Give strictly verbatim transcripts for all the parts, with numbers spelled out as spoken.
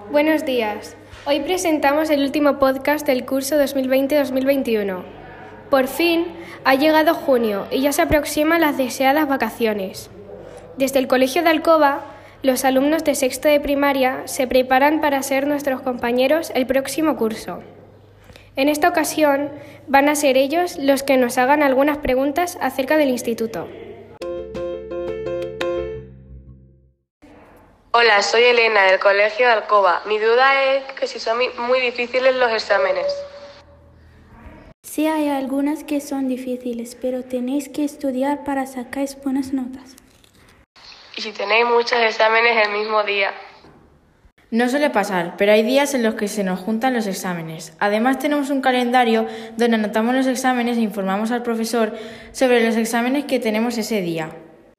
Buenos días. Hoy presentamos el último podcast del curso dos mil veinte dos mil veintiuno. Por fin ha llegado junio y ya se aproximan las deseadas vacaciones. Desde el Colegio de Alcoba, los alumnos de sexto de primaria se preparan para ser nuestros compañeros el próximo curso. En esta ocasión van a ser ellos los que nos hagan algunas preguntas acerca del instituto. Hola, soy Elena del Colegio de Alcoba. Mi duda es que si son muy difíciles los exámenes. Sí, hay algunas que son difíciles, pero tenéis que estudiar para sacar buenas notas. ¿Y si tenéis muchos exámenes el mismo día? No suele pasar, pero hay días en los que se nos juntan los exámenes. Además tenemos un calendario donde anotamos los exámenes e informamos al profesor sobre los exámenes que tenemos ese día.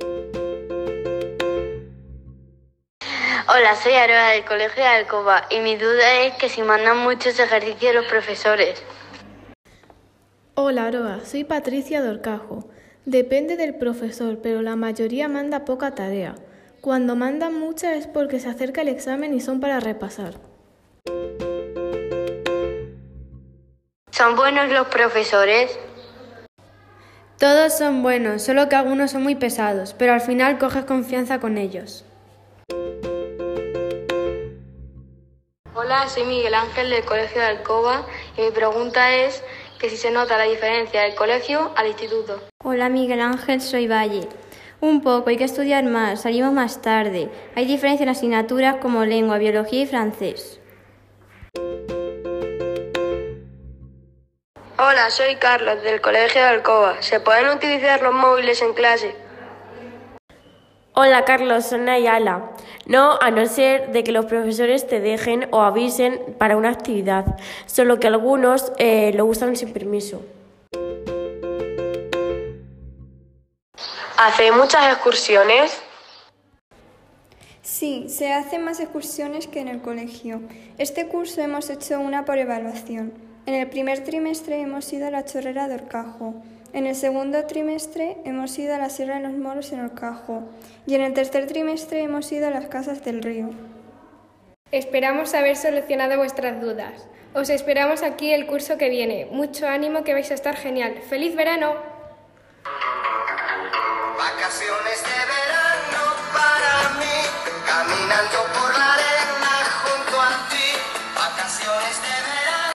Hola, soy Aroa del Colegio de Alcoba y mi duda es que si mandan muchos ejercicios los profesores. Hola Aroa, soy Patricia de Orcajo. Depende del profesor, pero la mayoría manda poca tarea. Cuando mandan mucha es porque se acerca el examen y son para repasar. ¿Son buenos los profesores? Todos son buenos, solo que algunos son muy pesados, pero al final coges confianza con ellos. Hola, soy Miguel Ángel del Colegio de Alcoba y mi pregunta es que si se nota la diferencia del colegio al instituto. Hola Miguel Ángel, soy Valle. Un poco, hay que estudiar más, salimos más tarde. Hay diferencia en asignaturas como lengua, biología y francés. Hola, soy Carlos del Colegio de Alcoba. ¿Se pueden utilizar los móviles en clase? Hola Carlos, soy Nayala. No, a no ser de que los profesores te dejen o avisen para una actividad, solo que algunos eh, lo usan sin permiso. ¿Hacéis muchas excursiones? Sí, se hacen más excursiones que en el colegio. Este curso hemos hecho una por evaluación. En el primer trimestre hemos ido a la Chorrera de Orcajo. En el segundo trimestre hemos ido a la Sierra de los Moros en Orcajo y en el tercer trimestre hemos ido a las Casas del Río. Esperamos haber solucionado vuestras dudas. Os esperamos aquí el curso que viene. Mucho ánimo, que vais a estar genial. ¡Feliz verano! Vacaciones de verano para mí, caminando